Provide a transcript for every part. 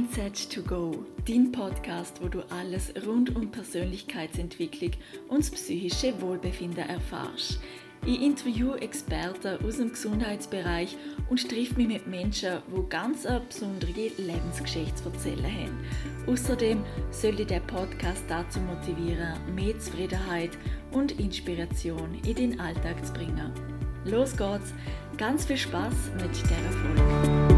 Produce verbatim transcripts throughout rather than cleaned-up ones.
Mindset to go, dein Podcast, wo du alles rund um Persönlichkeitsentwicklung und das psychische Wohlbefinden erfährst. Ich interviewe Experten aus dem Gesundheitsbereich und treffe mich mit Menschen, die ganz eine besondere Lebensgeschichte zu erzählen haben. Außerdem soll dich der Podcast dazu motivieren, mehr Zufriedenheit und Inspiration in deinen Alltag zu bringen. Los geht's, ganz viel Spaß mit dieser Folge.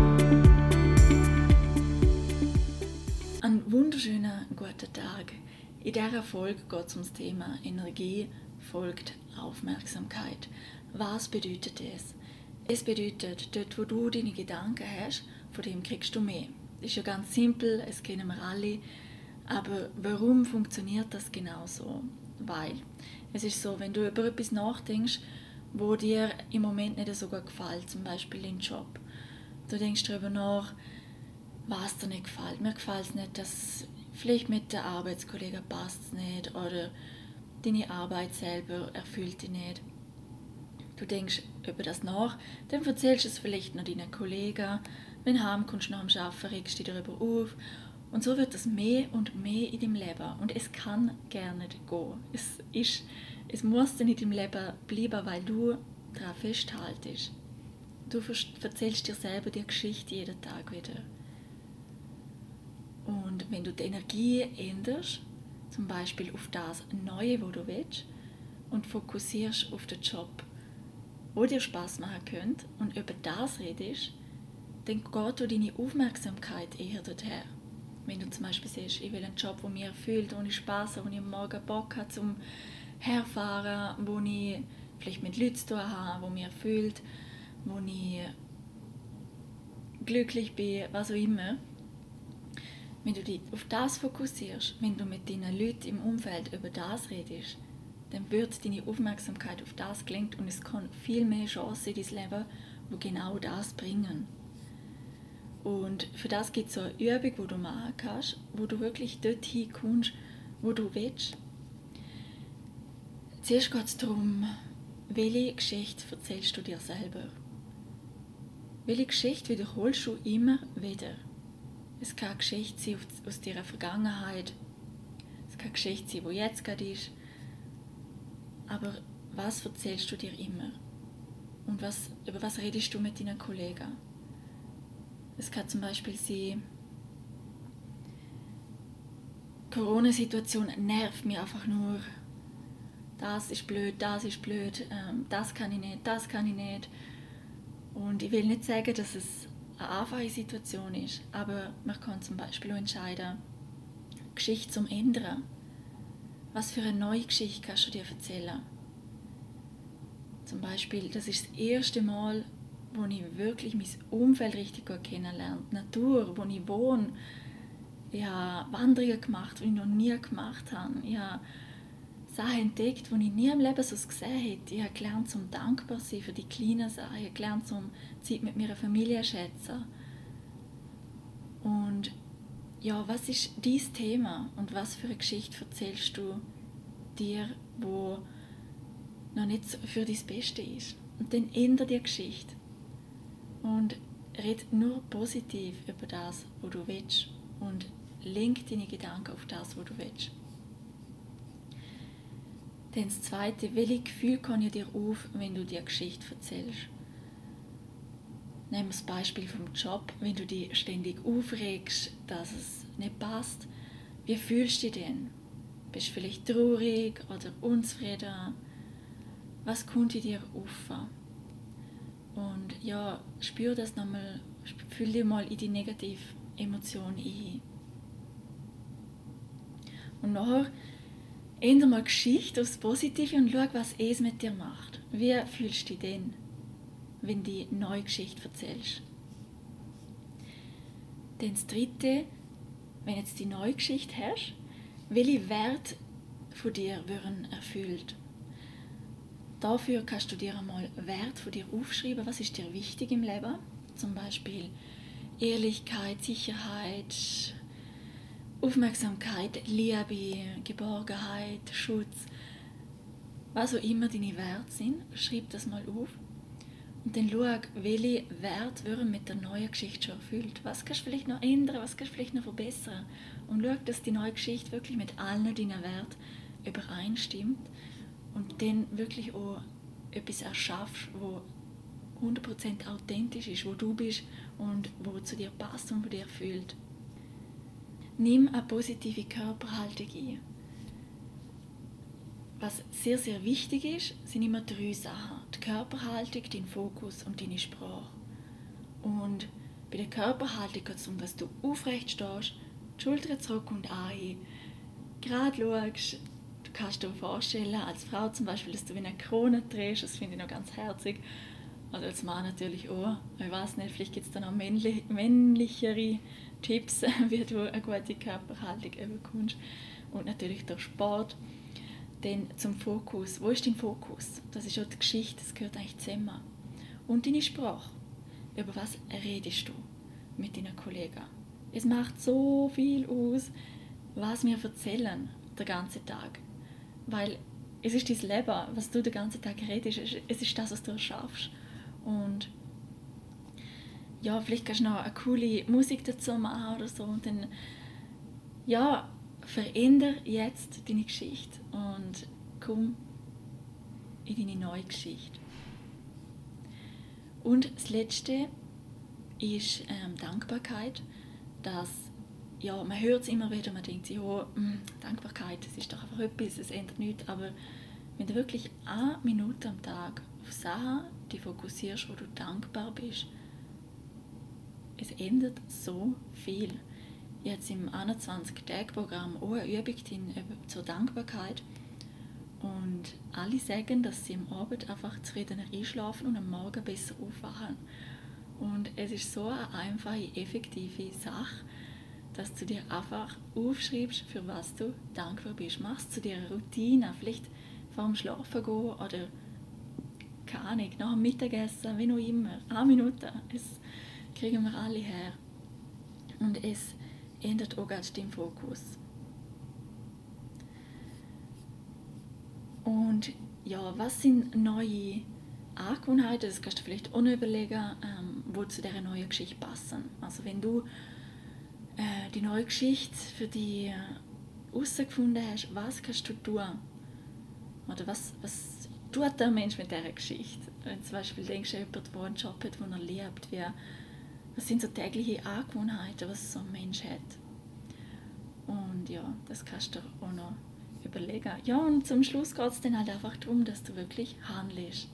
Einen wunderschönen guten Tag. In dieser Folge geht es um das Thema Energie folgt Aufmerksamkeit. Was bedeutet das? Es bedeutet, dort wo du deine Gedanken hast, von dem kriegst du mehr. Das ist ja ganz simpel, es kennen wir alle. Aber warum funktioniert das genau so? Weil es ist so, wenn du über etwas nachdenkst, wo dir im Moment nicht so gut gefällt, zum Beispiel dein Job. Du denkst darüber nach, was dir nicht gefällt. Mir gefällt es nicht, dass vielleicht mit den Arbeitskollegen passt es nicht oder deine Arbeit selber erfüllt dich nicht. Du denkst über das nach, dann erzählst du es vielleicht noch deinen Kollegen. Wenn du heimkommst nach dem Arbeiten, regst du dich darüber auf. Und so wird das mehr und mehr in deinem Leben. Und es kann gar nicht gehen. Es, ist, es muss nicht in deinem Leben bleiben, weil du daran festhaltest. Du erzählst dir selber die Geschichte jeden Tag wieder. Und wenn du die Energie änderst, zum Beispiel auf das Neue, was du willst, und fokussierst auf den Job, wo dir Spass machen könnte, und über das redest, dann geht du deine Aufmerksamkeit eher dorthin. Wenn du zum Beispiel siehst, ich will einen Job, der mir erfüllt, wo ich Spass habe, wo ich am Morgen Bock habe zum Herfahren, wo ich vielleicht mit Leuten zu tun habe, wo mir erfüllt, wo ich glücklich bin, was auch immer. Wenn du dich auf das fokussierst, wenn du mit deinen Leuten im Umfeld über das redest, dann wird deine Aufmerksamkeit auf das gelenkt und es kann viel mehr Chancen in dein Leben, die genau das bringen. Und für das gibt es so eine Übung, die du machen kannst, wo du wirklich dorthin kommst, wo du willst. Zuerst geht es darum, welche Geschichte erzählst du dir selber? Welche Geschichte wiederholst du immer wieder? Es kann eine Geschichte sein aus deiner Vergangenheit, es kann eine Geschichte sein, die jetzt gerade ist. Aber was erzählst du dir immer? Und was, über was redest du mit deinen Kollegen? Es kann zum Beispiel sein, die Corona-Situation nervt mich einfach nur. Das ist blöd, das ist blöd, das kann ich nicht, das kann ich nicht. Und ich will nicht sagen, dass es eine einfache Situation ist, aber man kann zum Beispiel auch entscheiden, Geschichte zum Ändern. Was für eine neue Geschichte kannst du dir erzählen? Zum Beispiel, das ist das erste Mal, wo ich wirklich mein Umfeld richtig gut kennenlerne. Die Natur, wo ich wohne. Ich habe Wanderungen gemacht, die ich noch nie gemacht habe. Ich habe Sachen entdeckt, die ich nie im Leben so gesehen hätte. Ich habe gelernt, zum dankbar zu sein für die kleinen Sachen. Ich habe gelernt, zum Zeit mit meiner Familie zu schätzen. Und ja, was ist dein Thema und was für eine Geschichte erzählst du dir, wo noch nicht für dein Beste ist? Und dann ändere die Geschichte und red nur positiv über das, was du willst, und lenk deine Gedanken auf das, was du willst. Dann das Zweite, welche Gefühle kann ich dir auf, wenn du die Geschichte erzählst? Nehmen wir das Beispiel vom Job, wenn du dich ständig aufregst, dass es nicht passt. Wie fühlst du dich denn? Bist du vielleicht traurig oder unzufrieden? Was kommt in dir auf? Und ja, spür das nochmal, fühl dich mal in die negative Emotion ein. Und nachher ändere mal Geschichte aufs Positive und schau, was es mit dir macht. Wie fühlst du dich denn, wenn du die neue Geschichte erzählst? Dann das Dritte, wenn du jetzt die neue Geschichte hast, welche Werte von dir werden erfüllt? Dafür kannst du dir einmal Werte von dir aufschreiben, was ist dir wichtig im Leben? Zum Beispiel Ehrlichkeit, Sicherheit, Aufmerksamkeit, Liebe, Geborgenheit, Schutz, was auch immer deine Werte sind, schreib das mal auf Und dann schau, welche Werte werden mit der neuen Geschichte schon erfüllt. Was kannst du vielleicht noch ändern, was kannst du vielleicht noch verbessern. Und schau, dass die neue Geschichte wirklich mit allen deinen Werten übereinstimmt und dann wirklich auch etwas erschaffst, wo hundert Prozent authentisch ist, wo du bist und wo zu dir passt und wo dir fühlt. Nimm eine positive Körperhaltung ein. Was sehr, sehr wichtig ist, sind immer drei Sachen. Die Körperhaltung, dein Fokus und deine Sprache. Und bei der Körperhaltung geht es darum, dass du aufrecht stehst, die Schultern zurück und ein, gerade schaust. Du kannst dir vorstellen, als Frau zum Beispiel, dass du wie eine Krone drehst, das finde ich noch ganz herzig. Also als Mann natürlich auch. Ich weiß nicht, vielleicht gibt es da noch männlich, männlichere Tipps, wie du eine gute Körperhaltung bekommst. Und natürlich der Sport. Dann zum Fokus. Wo ist dein Fokus? Das ist auch die Geschichte, das gehört eigentlich zusammen. Und deine Sprache. Über was redest du mit deinen Kollegen? Es macht so viel aus, was wir erzählen den ganzen Tag. Weil es ist dein Leben, was du den ganzen Tag redest. Es ist das, was du erschaffst. Und ja, vielleicht kannst du noch eine coole Musik dazu machen oder so. Und dann, ja, verändere jetzt deine Geschichte und komm in deine neue Geschichte. Und das Letzte ist ähm, Dankbarkeit. Dass, ja, man hört es immer wieder, man denkt sich, ja, mh, Dankbarkeit, das ist doch einfach etwas, es ändert nichts. Aber wenn du wirklich eine Minute am Tag auf Sachen dich fokussierst, wo du dankbar bist, es ändert so viel. Jetzt im einundzwanzig-Tage-Programm auch eine Übung zur Dankbarkeit. Und alle sagen, dass sie am Abend einfach zufriedener einschlafen und am Morgen besser aufwachen. Und es ist so eine einfache, effektive Sache, dass du dir einfach aufschreibst, für was du dankbar bist. Machst zu dir eine Routine, vielleicht vor dem Schlafen gehen oder keine Ahnung, nach dem Mittagessen, wie auch immer. Eine Minute, das kriegen wir alle her. Und es ändert auch ganz den Fokus. Und ja, was sind neue Angewohnheiten? Das kannst du vielleicht auch noch überlegen, ähm, wo zu dieser neuen Geschichte passen. Also wenn du äh, die neue Geschichte für dich herausgefunden hast, was kannst du tun? Oder was, was tut der Mensch mit dieser Geschichte? Wenn du zum Beispiel denkst, jemand, der einen Job hat, den er liebt, wie, was sind so tägliche Angewohnheiten, was so ein Mensch hat? Und ja, das kannst du auch noch überlegen. Ja, und zum Schluss geht es dann halt einfach darum, dass du wirklich handelst.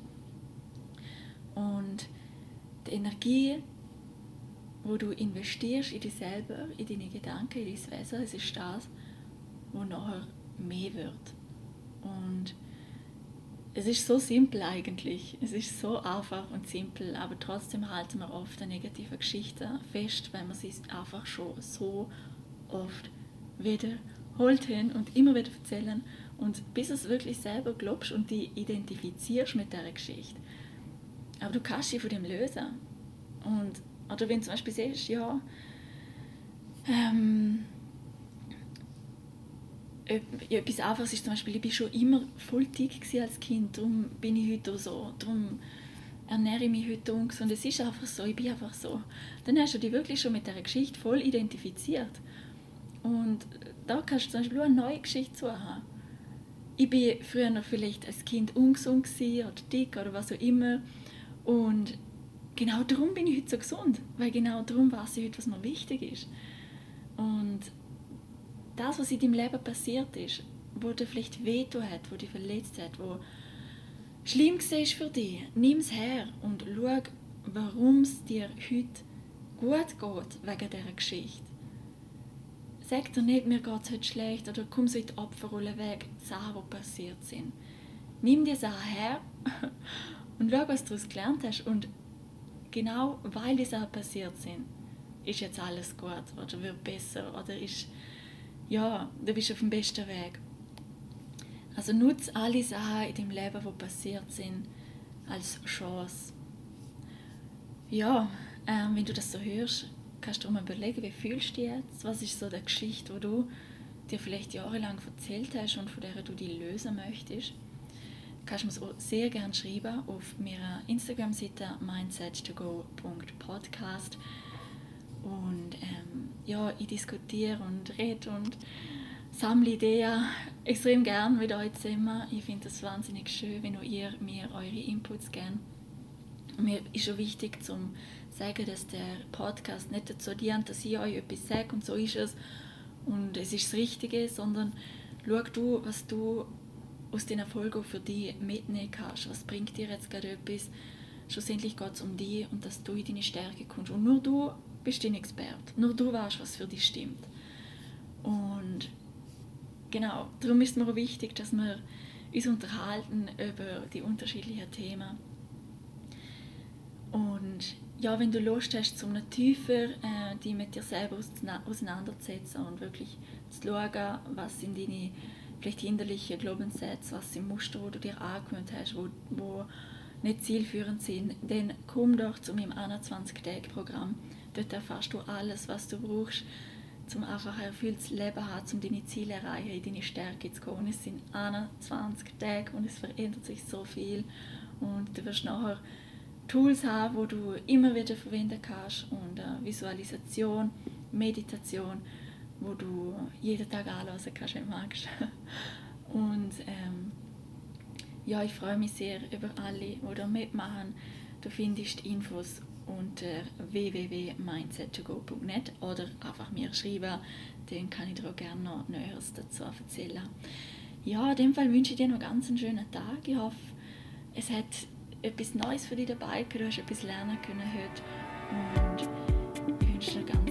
Und die Energie, wo du investierst in dich selber, in deine Gedanken, in dein Wesen, es ist das, was nachher mehr wird. Und es ist so simpel eigentlich. Es ist so einfach und simpel, aber trotzdem halten wir oft an negativen Geschichten fest, weil wir sie einfach schon so oft wiederholt haben und immer wieder erzählen. Und bis du es wirklich selber glaubst und dich identifizierst mit dieser Geschichte. Aber du kannst dich von dem lösen. Und, oder wenn du zum Beispiel siehst, ja, ähm, etwas Einfaches ist zum Beispiel, ich war schon immer voll dick als Kind, darum bin ich heute auch so, darum ernähre ich mich heute ungesund. Es ist einfach so, ich bin einfach so. Dann hast du dich wirklich schon mit dieser Geschichte voll identifiziert. Und da kannst du zum Beispiel auch eine neue Geschichte suchen. Ich war früher noch vielleicht als Kind ungesund oder dick oder was auch immer. Und genau darum bin ich heute so gesund, weil genau darum weiß ich heute, was mir wichtig ist. Und das, was in deinem Leben passiert ist, wo dir vielleicht wehgetan hat, wo dich verletzt hat, wo schlimm war für dich, nimm es her und schau, warum es dir heute gut geht wegen dieser Geschichte. Sag dir nicht, mir geht es heute schlecht oder komm so in die Opferrolle weg, Sachen, die passiert sind. Nimm die Sachen her und schau, was du daraus gelernt hast. Und genau weil die Sachen passiert sind, ist jetzt alles gut oder wird besser oder ist, ja, du bist auf dem besten Weg. Also nutze alle Sachen in deinem Leben, die passiert sind, als Chance. Ja, ähm, wenn du das so hörst, kannst du dir mal überlegen, wie fühlst du dich jetzt? Was ist so die Geschichte, die du dir vielleicht jahrelang erzählt hast und von der du dich lösen möchtest? kannst du mir es auch sehr gerne schreiben auf meiner Instagram-Seite mindset to go punkt podcast. Und ähm, ja, ich diskutiere und rede und sammle Ideen extrem gern mit euch zusammen. Ich finde es wahnsinnig schön, wenn ihr mir eure Inputs gebt. Mir ist schon wichtig zu sagen, dass der Podcast nicht dazu dient, dass ich euch etwas sage und so ist es und es ist das Richtige, sondern schau du, was du aus den Erfolgen für dich mitnehmen kannst. Was bringt dir jetzt gerade etwas? Schlussendlich geht es um dich und dass du in deine Stärke kommst. Und nur du bist dein Experte. Nur du weißt, was für dich stimmt. Und genau, darum ist es mir auch wichtig, dass wir uns unterhalten über die unterschiedlichen Themen. Und ja, wenn du Lust hast, zum noch tiefer äh, dich mit dir selber auseinanderzusetzen und wirklich zu schauen, was sind deine vielleicht hinderliche Glaubenssätze, was sind Muster, die du dir angewöhnt hast, wo, wo nicht zielführend sind, dann komm doch zu meinem einundzwanzig-Tage-Programm. Dort erfährst du alles, was du brauchst, um einfach ein erfülltes Leben zu haben, um deine Ziele zu erreichen, in deine Stärke zu kommen. Es sind einundzwanzig Tage und es verändert sich so viel. Und du wirst nachher Tools haben, die du immer wieder verwenden kannst und äh, Visualisation, Meditation, wo du jeden Tag anhören kannst, wenn du magst. Und ähm, ja, ich freue mich sehr über alle, die da mitmachen. Du findest Infos unter w w w punkt mindset to go punkt net oder einfach mir schreiben, dann kann ich dir auch gerne noch Näheres dazu erzählen. Ja, in dem Fall wünsche ich dir noch ganz einen schönen Tag. Ich hoffe, es hat etwas Neues für dich dabei, du hast etwas lernen können heute und ich wünsche dir ganz